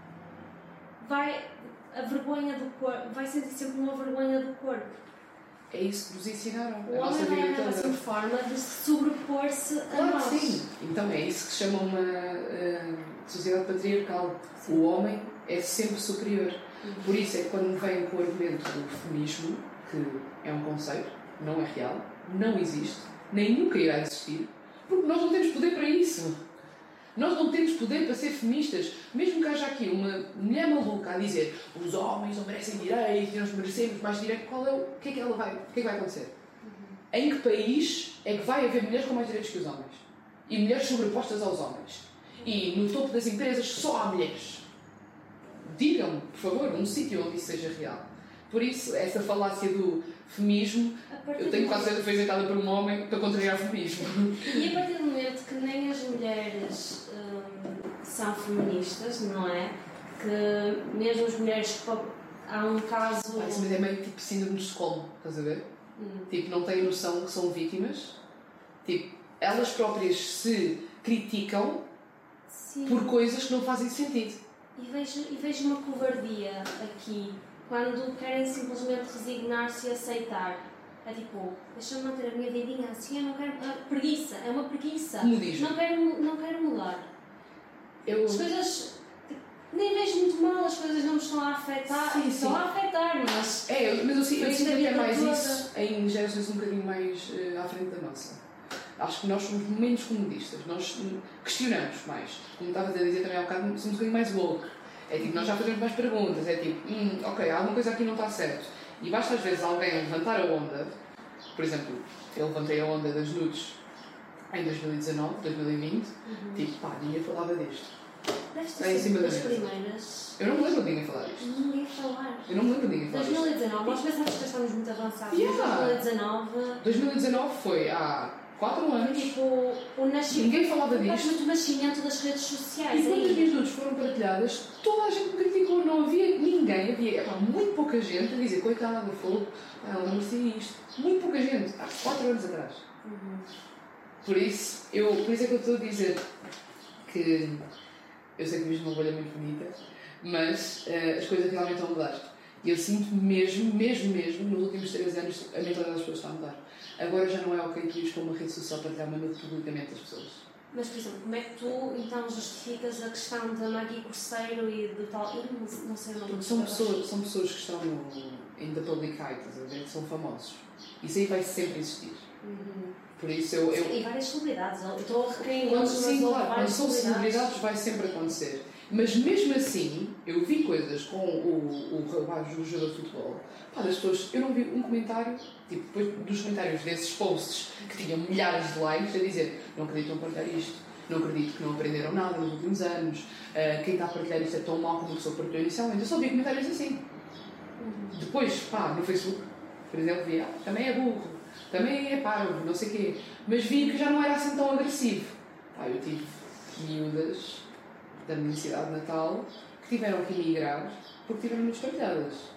a vergonha do corpo, vai sentir sempre uma vergonha do corpo. É isso que nos ensinaram. O homem vai arranjar sempre forma de se sobrepor-se a nós. Claro que sim. Então é isso que se chama uma sociedade patriarcal. Sim. O homem é sempre superior. Por isso é que quando vem com o argumento do feminismo, que é um conceito, não é real, não existe, nem nunca irá existir, porque nós não temos poder para isso. Nós não temos poder para ser feministas. Mesmo que haja aqui uma mulher maluca a dizer os homens não merecem direito e nós merecemos mais direito, o que é que vai acontecer? Em que país é que vai haver mulheres com mais direitos que os homens? E mulheres sobrepostas aos homens? E no topo das empresas só há mulheres? Digam-me, por favor, um sítio onde isso seja real. Por isso, essa falácia do feminismo, eu tenho quase certeza que foi inventada por um homem para contrariar o feminismo. E a partir do momento que nem as mulheres são feministas, não é? Que mesmo as mulheres, há um caso... Mas é meio tipo síndrome de Estocolmo, estás a ver? Tipo, não têm noção que são vítimas. Tipo, elas próprias se criticam. Sim. Por coisas que não fazem sentido. E vejo uma covardia aqui, quando querem simplesmente resignar-se e aceitar. É tipo, deixa-me manter a minha vidinha assim, eu não quero... Preguiça, é uma preguiça. Comodismo. Não quero mudar. As coisas... Nem vejo muito mal, as coisas não me estão a afetar. Sim. Estão a afetar, mas... Mas eu sinto que é mais toda. Isso em gerações um bocadinho mais à frente da nossa. Acho que nós somos menos comodistas. Nós questionamos mais. Como estavas a dizer também há bocado, somos um bocadinho mais woke. É tipo, nós já fazemos mais perguntas. É tipo, ok, alguma coisa aqui não está certo. E basta às vezes alguém levantar a onda. Por exemplo, eu levantei a onda das nudes em 2019, 2020. Tipo, ninguém falava disto. Deve ter sido das primeiras. Eu não me lembro de ninguém falar disto. Ninguém falar. Eu não me lembro de ninguém falar 2019, nós pensamos que estamos muito avançados. 2019 foi há 4 anos. Tipo, o nascimento. Ninguém falava disto. Praticamente o nascimento das redes sociais. E quando as minhas nudes foram partilhadas, toda a gente me criticou. Não havia ninguém, havia muito pouca gente a dizer, coitada, fogo, ela não merecia isto. Muito pouca gente, há 4 anos atrás. Por isso é que eu estou a dizer que eu sei que vives numa bolha muito bonita, mas as coisas realmente estão a mudar. E eu sinto mesmo, nos últimos 3 anos, a mentalidade das pessoas está a mudar. Agora já não é ok tu ires para uma rede social para partilhar uma nude publicamente das pessoas. Mas, por exemplo, como é que tu então justificas a questão da Maggie Corseiro e do tal. Eu não sei o nome. Porque são pessoas que estão in the public eye, que são famosos. Isso aí vai sempre existir. Por isso E várias celebridades. Eu estou a requerer quando são celebridades vai sempre acontecer. Mas mesmo assim, eu vi coisas com o rapaz do jogador de futebol. Das pessoas, eu não vi um comentário, tipo, depois dos comentários desses posts que tinham milhares de likes, a dizer: não acreditam partilhar isto, não acredito que não aprenderam nada nos últimos anos, quem está a partilhar isto é tão mau como a pessoa partilhou inicialmente. Eu só vi comentários assim. Depois, no Facebook, por exemplo, vi: também é burro, também é parvo, não sei o quê. Mas vi que já não era assim tão agressivo. Eu tive miúdas da minha cidade natal que tiveram que emigrar porque tiveram nudes partilhadas.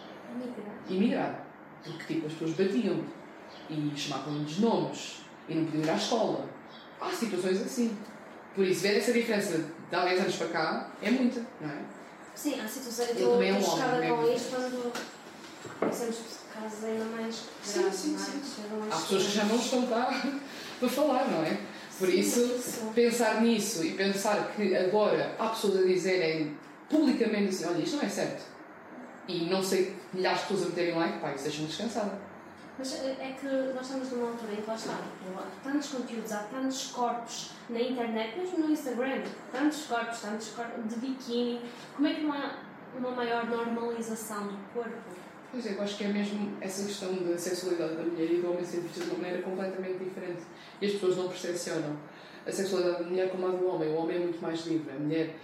Emigrar. Porque tipo, as pessoas batiam e chamavam-lhes nomes e não podiam ir à escola. Há situações assim. Por isso, ver essa diferença de há 10 anos para cá é muita, não é? Sim, há situações. Eu também é um chocada homem, com isto quando conhecemos casos ainda mais graves. Sim. Há pessoas que já não estão cá para falar, não é? Por isso, pensar nisso e pensar que agora há pessoas a dizerem publicamente assim: olha, isto não é certo. E não sei, milhares de pessoas a meterem like, isso deixa-me descansada. Mas é que nós estamos numa altura em que lá está, há tantos conteúdos, há tantos corpos na internet, mesmo no Instagram, tantos corpos de biquíni. Como é que não há uma maior normalização do corpo? Pois é, eu acho que é mesmo essa questão da sexualidade da mulher e do homem ser visto de uma maneira completamente diferente. E as pessoas não percepcionam a sexualidade da mulher como a do homem. O homem é muito mais livre. A mulher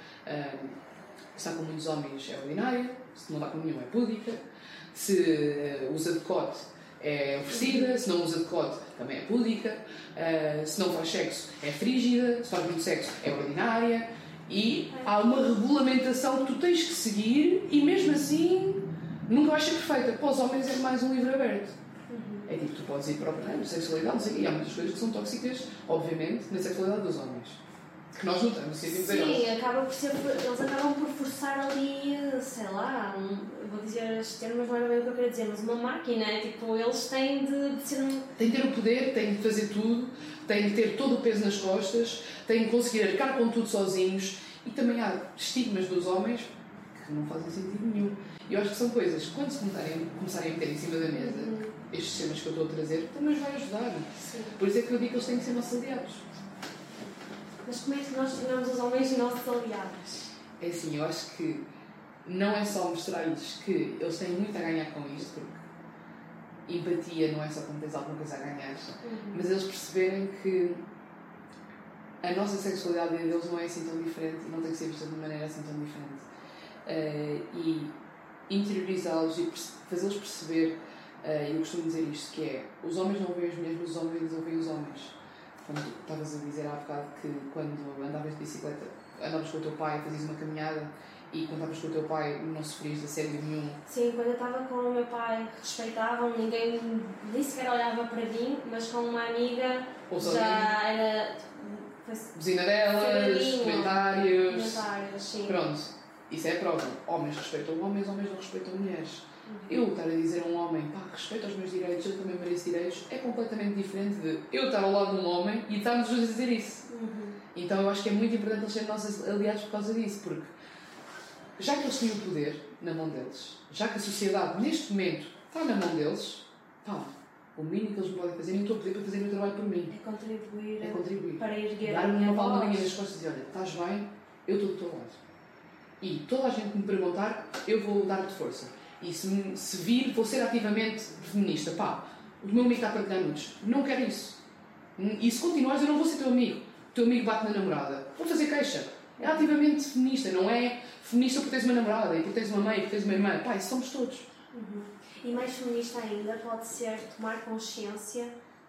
está com muitos homens é ordinária, se não dá com nenhum é púdica, se usa decote é oferecida, se não usa decote também é púdica, se não faz sexo é frígida, se faz muito sexo é ordinária. E há uma regulamentação que tu tens que seguir e mesmo assim nunca vais ser perfeita. Para os homens é mais um livro aberto. É tipo, tu podes ir para o sexualidade, não sei o quê. E há muitas coisas que são tóxicas, obviamente, na sexualidade dos homens. Que nós notamos, Sim, acaba por ser, eles acabam por forçar ali, sei lá, vou dizer este termo, mas não é bem o que eu quero dizer, mas uma máquina, tipo, eles têm de ser um... Têm de ter o poder, têm de fazer tudo, têm de ter todo o peso nas costas, têm de conseguir arcar com tudo sozinhos. E também há estigmas dos homens que não fazem sentido nenhum. E eu acho que são coisas que, quando se começarem a meter em cima da mesa, estes temas que eu estou a trazer, também nos vai ajudar. Sim. Por isso é que eu digo que eles têm que ser nossos aliados. Mas como é que nós tornamos os homens nossos aliados? É assim, eu acho que não é só mostrar-lhes que eles têm muito a ganhar com isto, porque empatia não é só quando tens alguma coisa a ganhar, mas eles perceberem que a nossa sexualidade deles não é assim tão diferente e não tem que ser vista de uma maneira assim tão diferente. E interiorizá-los e fazê-los perceber, eu costumo dizer isto, que é: os homens não veem as mulheres, mas os homens ouvem os homens. Como tu estavas a dizer há bocado, que quando andavas de bicicleta, andavas com o teu pai, fazias uma caminhada, e quando estavas com o teu pai não sofrias de assédio nenhum. Sim, quando eu estava com o meu pai, respeitavam, ninguém nem sequer olhava para mim, mas com uma amiga já era... Buzina delas, comentários... sim. Pronto, isso é a prova. Homens respeitam homens, homens não respeitam mulheres. Eu estar a dizer a um homem: respeita os meus direitos, eu também mereço direitos, é completamente diferente de eu estar ao lado de um homem e estarmos a dizer isso. Então eu acho que é muito importante eles serem nossos aliados por causa disso, porque já que eles têm o poder na mão deles, já que a sociedade neste momento está na mão deles, o mínimo que eles me podem fazer, eu estou a pedir para fazer o meu trabalho por mim. É contribuir. Para erguer a dar-me minha uma palmadinha voz. nas costas e dizer: olha, estás bem, eu estou do teu lado. E toda a gente que me perguntar, eu vou dar-te força. E se vir, vou ser ativamente feminista. O meu amigo está a partilhar nudes. Não quero isso. E se continuares, eu não vou ser teu amigo. O teu amigo bate na namorada. Vou fazer queixa. É ativamente feminista. Não é feminista porque tens uma namorada, e porque tens uma mãe, e porque tens uma irmã. Isso somos todos. E mais feminista ainda pode ser tomar consciência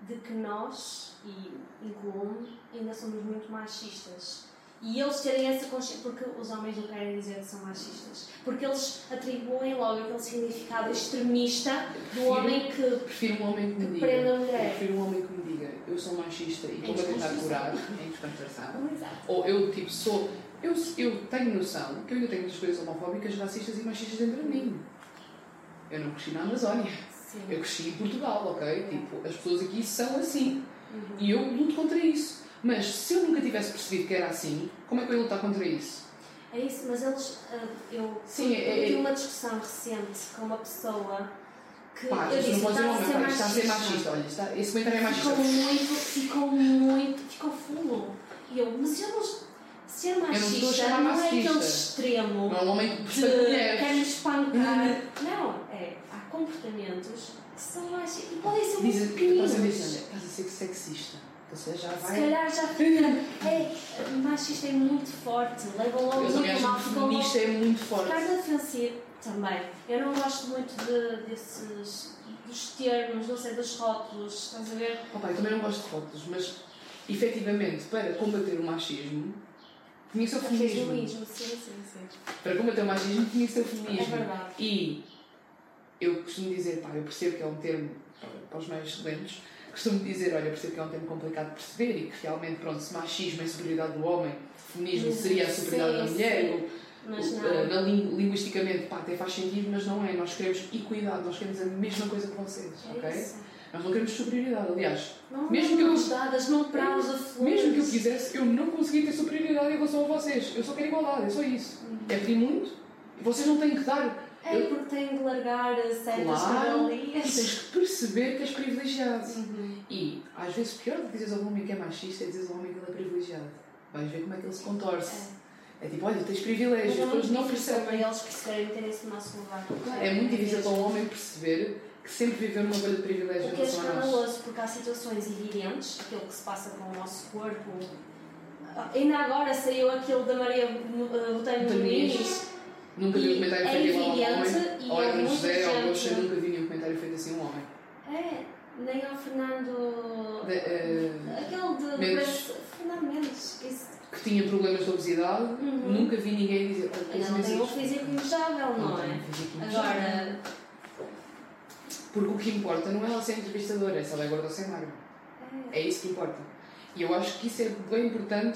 de que nós, e incluo-me, ainda somos muito machistas. E eles terem essa consciência, porque os homens não querem dizer que são machistas, porque eles atribuem logo aquele significado extremista do homem que prefiro um homem que me diga, prende a mulher. prefiro um homem que me diga eu sou machista e estou a tentar curar em descontração. Exato. Ou eu tipo sou, eu tenho noção que eu ainda tenho muitas coisas homofóbicas, racistas e machistas dentro de mim. Eu não cresci na Amazónia. Sim. Eu cresci em Portugal, ok? Tipo, as pessoas aqui são assim. Uhum. E eu luto contra isso. Mas se eu nunca tivesse percebido que era assim, como é que eu ia lutar contra isso? É isso, mas eles. Eu tive uma discussão recente com uma pessoa que. Pá, eu disse, não pode dizer está a ser machista. Olha, esse comentário é machista. Ficou fulo. E eu, mas eu não. Ser machista não não é machista. aquele extremo Não é um homem que de quer-me espancar. Não, há comportamentos que são machistas e podem ser muito pequeninos. Estás a ser sexista. Você já vai... Se calhar já fica. Machista é muito forte, leva logo muito mal. Feminista é muito forte. Carga defensiva também. Eu não gosto muito dos termos, não sei, dos rótulos, estás a ver? Eu também não gosto de rótulos, mas efetivamente para combater o machismo tinha que ser o feminismo. Sim. Para combater o machismo tinha que ser o feminismo. É verdade. E eu costumo dizer, eu percebo que é um termo para os mais lentos, costumo dizer, olha, percebo que é um termo complicado de perceber e que realmente, pronto, se machismo é a superioridade do homem, feminismo seria a superioridade da mulher, mas não. Linguisticamente, até faz sentido, mas não é. Nós queremos equidade, nós queremos a mesma coisa que vocês, ok? Isso. Nós não queremos superioridade, aliás. Não, mesmo que eu dadas, não praos a flores. Mesmo que eu quisesse, eu não conseguia ter superioridade em relação a vocês. Eu só quero igualdade, é só isso. É pedir muito e vocês não têm que dar. Porque têm de largar certas regalias. Tens que perceber que és privilegiado. E às vezes pior do que dizes ao homem que é machista é dizer ao homem que ele é privilegiado. Vais ver como é que ele se contorce. É tipo, olha, tens privilégios, depois não percebem. Para eles perceberem terem-se no nosso lugar. É muito difícil para um homem perceber que sempre viveu numa bolha de privilégios. O que é escandaloso, porque há situações evidentes, aquilo que se passa com o nosso corpo. Ainda agora saiu aquilo da Maria Botelho Muniz. Nunca vi um comentário feito igual a um homem. Ou era José, ou Rocha, nunca vi nenhum comentário feito assim a um homem. Nem ao Fernando. Aquele de. Mendes. Fernando Mendes. Isso. Que tinha problemas de obesidade, nunca vi ninguém dizer. Não tem um físico invejável, não é? Agora. Porque o que importa não é ela ser entrevistadora, é se ela é gorda ou se é magra. É isso que importa. E eu acho que isso é bem importante,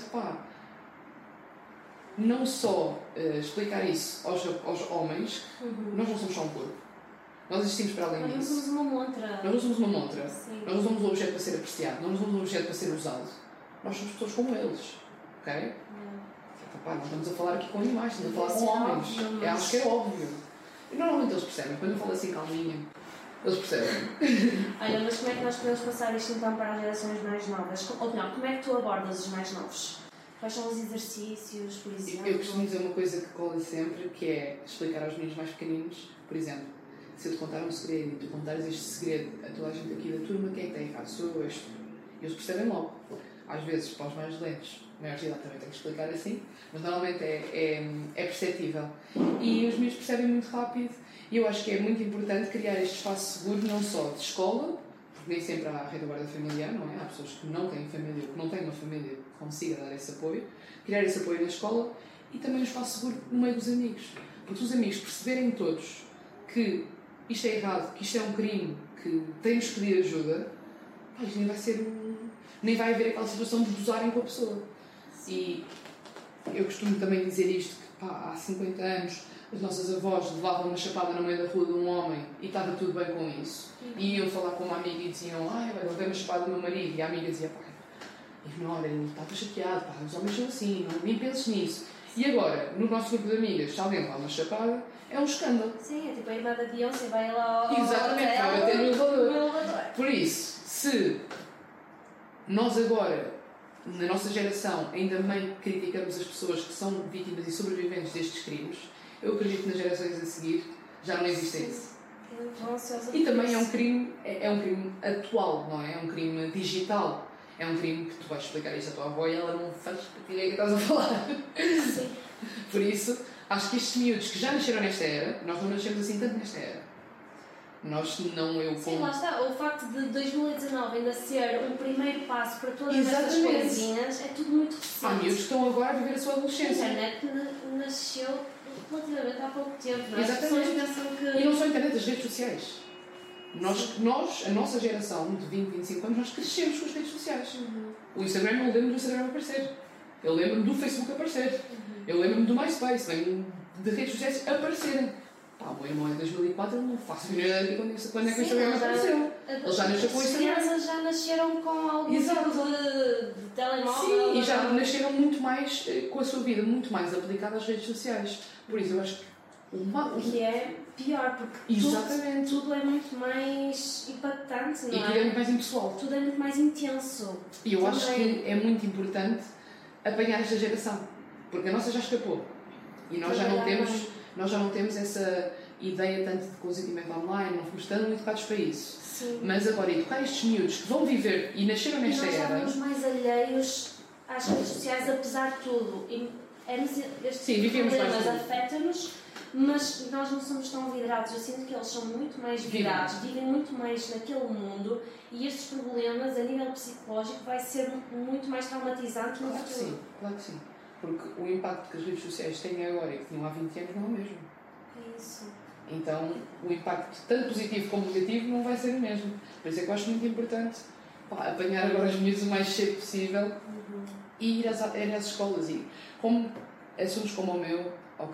não só explicar isso aos homens, nós não somos só um corpo. Nós existimos para além disso. Nós não somos uma montra. Nós não somos uma montra. Sim. Nós não somos um objeto para ser apreciado. Nós não somos um objeto para ser usado. Nós somos pessoas como eles. Ok? Não estamos a falar aqui com animais, estamos a falar com homens. Acho que é óbvio. E normalmente eles percebem. Quando eu falo assim calminha, eles percebem. Olha, mas como é que nós podemos passar isto então para as gerações mais novas? Ou não, como é que tu abordas os mais novos? Quais são os exercícios, por exemplo? Eu costumo dizer uma coisa que cola sempre, que é explicar aos meninos mais pequeninos, por exemplo, se eu te contar um segredo e tu contares este segredo a toda a gente aqui da turma, quem é que tem errado? Sou eu, és tu. E eles percebem logo. Às vezes, para os mais lentos, na maior idade também tenho que explicar assim, mas normalmente é perceptível. E os meninos percebem muito rápido. E eu acho que é muito importante criar este espaço seguro, não só de escola, porque nem sempre há a retaguarda familiar, não é? Há pessoas que não têm família, que não têm uma família que consiga dar esse apoio. Criar esse apoio na escola e também um espaço seguro no meio dos amigos. Porque se os amigos perceberem todos que isto é errado, que isto é um crime, que temos que pedir ajuda, isto nem vai ser nem vai haver aquela situação de gozarem com a pessoa. E eu costumo também dizer isto, que há 50 anos as nossas avós levavam uma chapada no meio da rua de um homem e estava tudo bem com isso. E iam falar com uma amiga e diziam, eu levei uma chapada do meu marido. E a amiga dizia, ignora, ele está chateado, os homens são assim, nem penses nisso. E agora, no nosso grupo de amigas, se alguém leva uma chapada, é um escândalo. Sim, é tipo a irmã da Beyoncé vai lá ao exatamente, vai bater no elevador. Por isso, se nós agora, na nossa geração, ainda bem criticamos as pessoas que são vítimas e sobreviventes destes crimes, eu acredito que nas gerações a seguir já não existe isso. E também é um crime atual, não é? É um crime digital. É um crime que tu vais explicar isto à tua avó e ela não faz ideia que estás a falar. Sim. Por isso, acho que estes miúdos que já nasceram nesta era, nós não nascemos assim tanto nesta era, Nós, não eu Sim, lá está. O facto de 2019 ainda ser um primeiro passo para todas essas Exatamente. coisinhas é tudo muito recente. Há miúdos que estão agora a viver a sua A adolescência. internet nasceu relativamente há pouco tempo, não é? As Exatamente. pessoas pensam que... E não só a internet, as redes sociais. Nós, a nossa geração de 20, 25 anos, nós crescemos com as redes sociais. O Instagram, eu lembro do Instagram aparecer. Eu lembro-me do Facebook aparecer. Eu lembro-me do MySpace, lembro-me de redes sociais aparecerem. Pá, o meu irmão é de 2004, eu não faço ideia de quando é que o Instagram apareceu. Ele já nasceu com o Instagram. As crianças já nasceram com algum tipo de telemóvel. Sim, e já nasceram muito mais com a sua vida, muito mais aplicada às redes sociais. Por isso eu acho que o que é pior, porque tudo é muito mais impactante, não é? E tudo é muito mais impessoal. Tudo é muito mais intenso. E eu acho que é muito importante apanhar esta geração, porque a nossa já escapou. E nós já não temos essa ideia tanto de consentimento online, não fomos tão educados para isso. Sim. Mas agora, educar estes miúdos que vão viver e nasceram nesta era... Nós estamos mais alheios às redes sociais, apesar de tudo. Estes problemas afetam-nos, mas nós não somos tão vidrados. Eu sinto que eles são muito mais vidrados, vivem muito mais naquele mundo, e estes problemas, a nível psicológico, vai ser muito mais traumatizante no futuro. Sim, claro que sim. Porque o impacto que as redes sociais têm agora e que tinham há 20 anos não é o mesmo. É isso. Então, o impacto, tanto positivo como negativo, não vai ser o mesmo. Por isso é que eu acho muito importante apanhar agora os miúdos o mais cedo possível e ir às escolas. E como assuntos como o meu,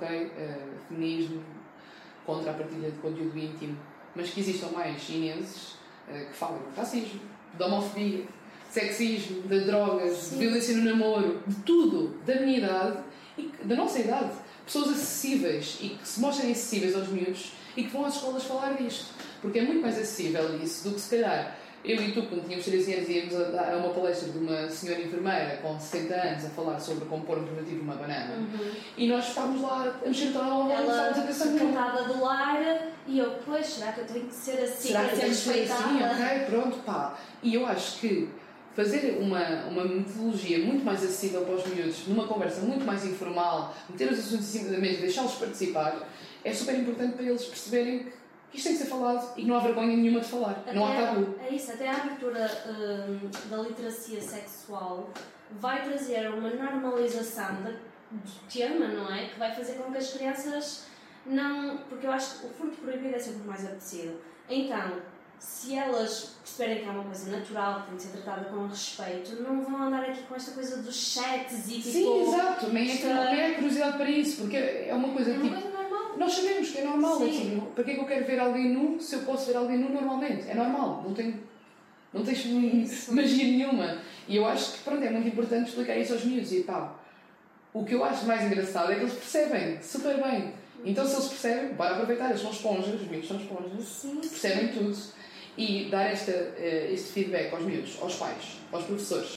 feminismo, contra a partilha de conteúdo íntimo, mas que existam mais chineses que falem de racismo, de homofobia, de sexismo, de drogas, de violência no namoro, de tudo, da minha idade e da nossa idade. Pessoas acessíveis e que se mostrem acessíveis aos miúdos e que vão às escolas falar disto. Porque é muito mais acessível isso do que, se calhar, eu e tu, quando tínhamos 13 anos, íamos a uma palestra de uma senhora enfermeira com 70 anos a falar sobre como pôr um preventivo numa banana. E nós estávamos lá a mexer no telemóvel e estávamos a pensar cantada do ar e eu, pois, será que eu tenho que ser assim? Será que temos que ser assim? Ok, pronto, pá. E eu acho que fazer uma metodologia muito mais acessível para os miúdos, numa conversa muito mais informal, meter os assuntos em cima da mesa, deixá-los participar, é super importante para eles perceberem que isto tem que ser falado e que não há vergonha nenhuma de falar, não há tabu. É isso, até a abertura da literacia sexual vai trazer uma normalização do tema, não é? Que vai fazer com que as crianças não... Porque eu acho que o furto proibido é sempre mais apetecido. Então, se elas perceberem que é uma coisa natural, que tem de ser tratada com respeito, não vão andar aqui com esta coisa dos chats e tipo... Sim, exato, nem é curiosidade para isso, porque é uma coisa tipo... normal. Nós sabemos que é normal, assim, para que é que eu quero ver alguém nu se eu posso ver alguém nu normalmente? É normal, não tens magia nenhuma. E eu acho que, pronto, é muito importante explicar isso aos miúdos. E pá, o que eu acho mais engraçado é que eles percebem super bem. Então, se eles percebem, bora aproveitar, eles são esponjas, os miúdos são esponjas, percebem tudo. E dar este feedback aos miúdos, aos pais, aos professores.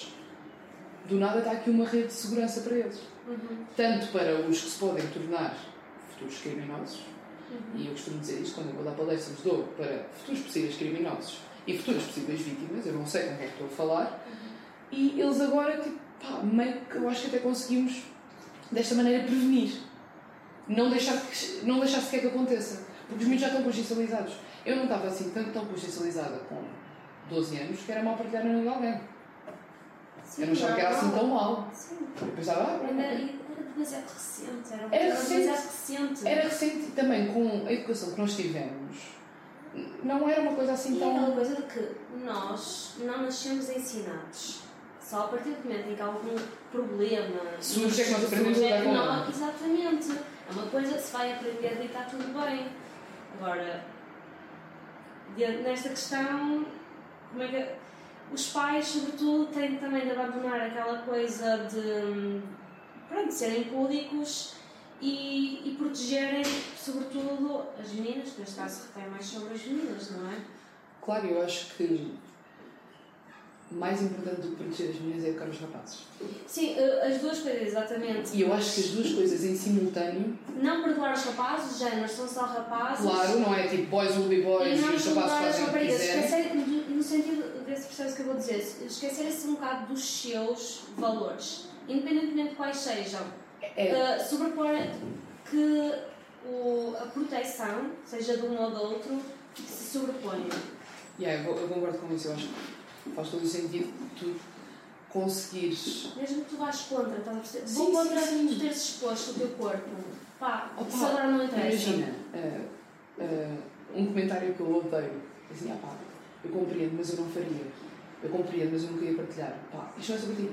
Do nada está aqui uma rede de segurança para eles. Tanto para os que se podem tornar futuros criminosos, e eu costumo dizer isto quando eu vou dar palestras, dou para futuros possíveis criminosos e futuras possíveis vítimas, eu não sei com quem é que estou a falar, e eles agora, tipo, pá, meio que eu acho que até conseguimos, desta maneira, prevenir. Não deixar sequer que aconteça. Porque os miúdos já estão consciencializados. Eu não estava assim tão consciencializada com 12 anos que era mal partilhar no de alguém. Sim, eu não achava que era assim tão mal. Sim. Eu pensava, era demasiado recente. Era recente também com a educação que nós tivemos. Não era uma coisa assim tão... E aquela coisa de que nós não nascemos ensinados. Só a partir do momento em que há algum problema... Surge é que nós aprendemos a lidar com ela. Exatamente. É uma coisa que se vai aprender e está tudo bem. Agora, nesta questão, como é que... Os pais, sobretudo, têm também de abandonar aquela coisa de serem púdicos e protegerem, sobretudo, as meninas, que neste caso recai mais sobre as meninas, não é? Claro, eu acho que mais importante do que proteger as meninas é educar os rapazes. Sim, as duas coisas, exatamente. E eu acho que as duas coisas em simultâneo... Não perdoar os rapazes, os géneros são só rapazes. Claro, não é tipo boys will be boys e os rapazes fazem o que quiserem. Esquecer, no sentido desse processo que eu vou dizer, esquecerem-se um bocado dos seus valores, independentemente de quais sejam. Sobrepor que a proteção, seja de um ou do outro, que se sobrepõem. Eu concordo com isso, eu acho que faz todo o sentido tu conseguires. Mesmo que tu vais contra, estás a perceber? Sim, Vou contra sim. tu teres exposto o teu corpo. Pá, isso agora não interessa. Imagina, um comentário que eu odeio, assim, eu compreendo, mas eu não faria. Eu compreendo, mas eu não queria partilhar. Isto não é sobre ti.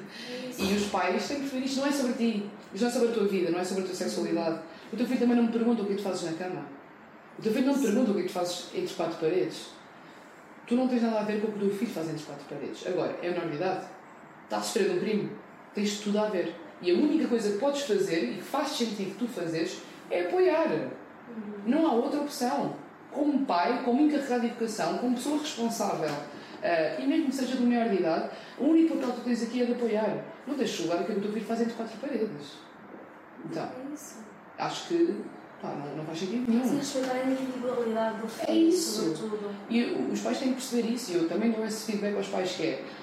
E os pais têm que perceber, isto não é sobre ti. Isto não é sobre a tua vida, não é sobre a tua sexualidade. O teu filho também não me pergunta o que é que tu fazes na cama. O teu filho não te pergunta o que é que tu fazes entre 4 paredes. Tu não tens nada a ver com o que o teu filho faz entre 4 paredes. Agora, é menor de idade. Está a sofrer de um crime. Tens tudo a ver. E a única coisa que podes fazer, e que faz sentido tu fazeres, é apoiar. Não há outra opção. Como pai, como encarregado de educação, como pessoa responsável, e mesmo que seja de menor de idade, o único papel que tu tens aqui é de apoiar. Não tens de julgar o que o teu filho faz entre 4 paredes. Então, acho que não faz sentido nenhum. Sim, respeitar a individualidade do filho, é isso. sobretudo. E os pais têm que perceber isso. E eu também dou esse feedback aos pais, que é: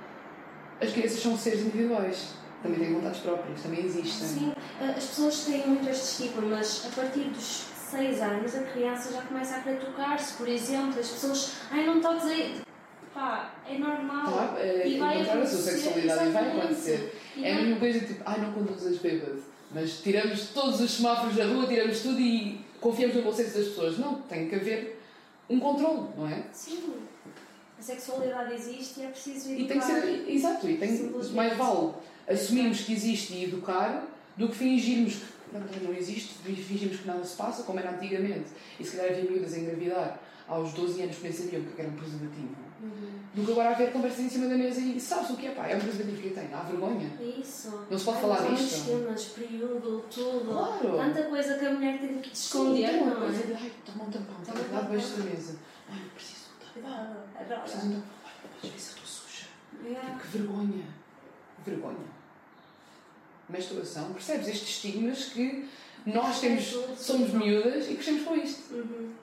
as crianças são seres individuais. Também têm vontades próprias, também existem. Sim, as pessoas têm muito este estigma, mas a partir dos 6 anos a criança já começa a querer tocar-se, por exemplo. As pessoas, não toques aí. É normal. E vai encontrar a sua sexualidade, e vai acontecer. E é a mesma coisa, tipo, não conduzas bêbado, mas tiramos todos os semáforos da rua, tiramos tudo e confiamos no conceito das pessoas. Não, tem que haver um controle, não é? Sim. A sexualidade existe e é preciso educar. E tem que ser, exato, e mais vale assumirmos que existe e educar do que fingirmos que não existe, fingirmos que nada se passa, como era antigamente. E se calhar havia miúdas a engravidar aos 12 anos que nem sabiam o que era um preservativo. Do que agora haver conversas em cima da mesa e sabes o que é, é um preservativo que eu tenho, há vergonha. Isso. Não se pode falar disto. Esquemas, período, tudo. Claro. Tanta coisa que a mulher tem que esconder. Sim, não é? coisa de, toma um tampão, está guardado debaixo da mesa. Preciso de um tampão. Preciso de um tampão. Podes ver se eu estou suja. Que vergonha. Vergonha. Menstruação, percebes? Estes estigmas que nós temos, somos miúdas e crescemos com isto.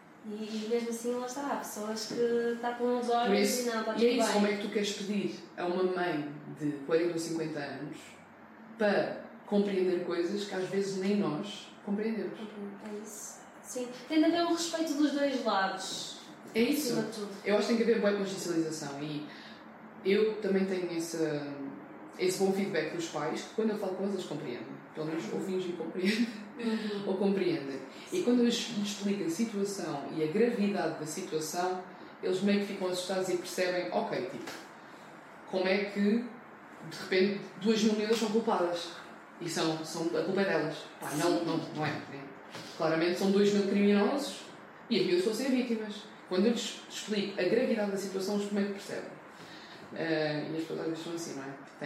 E mesmo assim, lá está, há pessoas que tapam os olhos isso, e não, está tudo e é isso, bem. como é que tu queres pedir a uma mãe de 40 ou 50 anos para compreender coisas que às vezes nem nós compreendemos? É isso. Sim, tem de haver um respeito dos dois lados. É isso. Acima de tudo. Eu acho que tem que haver boa consciencialização e eu também tenho esse bom feedback dos pais, que quando eu falo com eles compreendem. Pelo menos ou fingem que compreendem, ou compreendem. E quando eu lhes explico a situação e a gravidade da situação, eles meio que ficam assustados e percebem, ok, tipo, como é que de repente 2.000 miúdas são culpadas? E a culpa é delas. Não é. Claramente são 2.000 criminosos e as miúdas fossem vítimas. Quando eu lhes explico a gravidade da situação, eles meio que percebem. E as pessoas às vezes são assim, não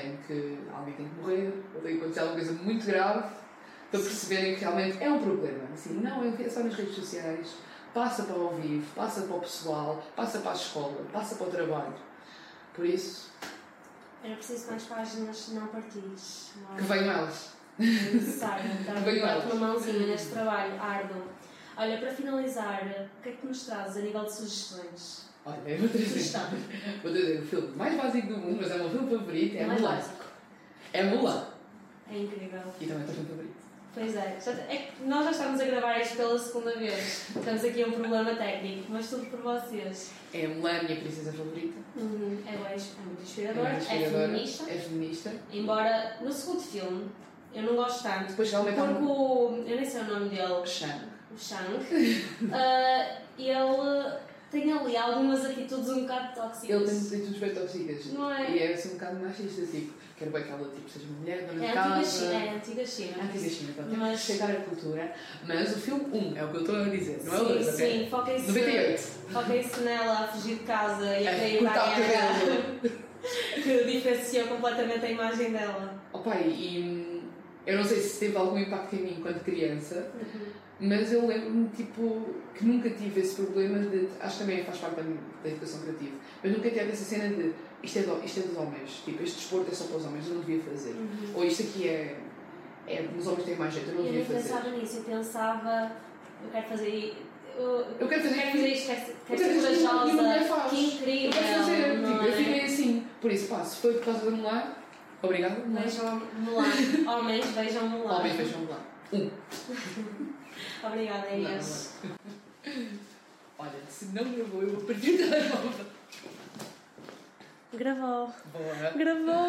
é? Alguém tem que morrer, ou tem que acontecer alguma coisa muito grave para perceberem que realmente é um problema. Assim, não, é só nas redes sociais, passa para o ao vivo, passa para o pessoal, passa para a escola, passa para o trabalho. Por isso... Era preciso mais páginas, não partilhes. Que venham elas. É necessário dar-te uma mãozinha neste trabalho árduo. Olha, para finalizar, o que é que nos trazes a nível de sugestões? Olha, eu vou trazer o filme mais básico do mundo, mas é o meu filme favorito, é mais Mulan. Básico. É Mulan. É incrível. E também é o teu filme favorito. Pois é que nós já estamos a gravar isto pela segunda vez. Temos aqui um problema técnico, mas tudo por vocês. É a Mulan, a minha princesa favorita. É muito inspiradora, é feminista. Embora no segundo filme eu não gosto tanto. Depois realmente porque eu nem sei o nome dele. O Shang. Ele tem ali algumas atitudes um bocado tóxicas. Ele tem atitudes bem tóxicas. Não é? E é assim um bocado machista, tipo, quero bem que ela seja mulher, dona de casa. É a antiga China. Então, temos que respeitar a cultura. Mas o filme 1 é o que eu estou a dizer, não é o 2, ok? Sim, foquem-se nela a fugir de casa e a cair cortar o cabelo. Que diferenciou completamente a imagem dela. E eu não sei se teve algum impacto em mim quando criança, mas eu lembro-me que nunca tive esse problema de. Acho que também faz parte da educação criativa, mas nunca tive essa cena de isto é dos homens, tipo, este desporto é só para os homens, eu não devia fazer. Ou isto aqui os homens têm mais jeito, eu não devia fazer. Eu pensava nisso, eu pensava, eu quero fazer isto, quero ser corajosa, que incrível. Eu quero fazer, eu é? fiquei assim. Por isso, se foi por causa da Mulan, obrigada. Vejam Mulan. Homens, vejam Mulan. Mulan. Obrigada, Inês. Olha, se não gravou, eu vou partir da telemóvel. Gravou. Boa. Gravou.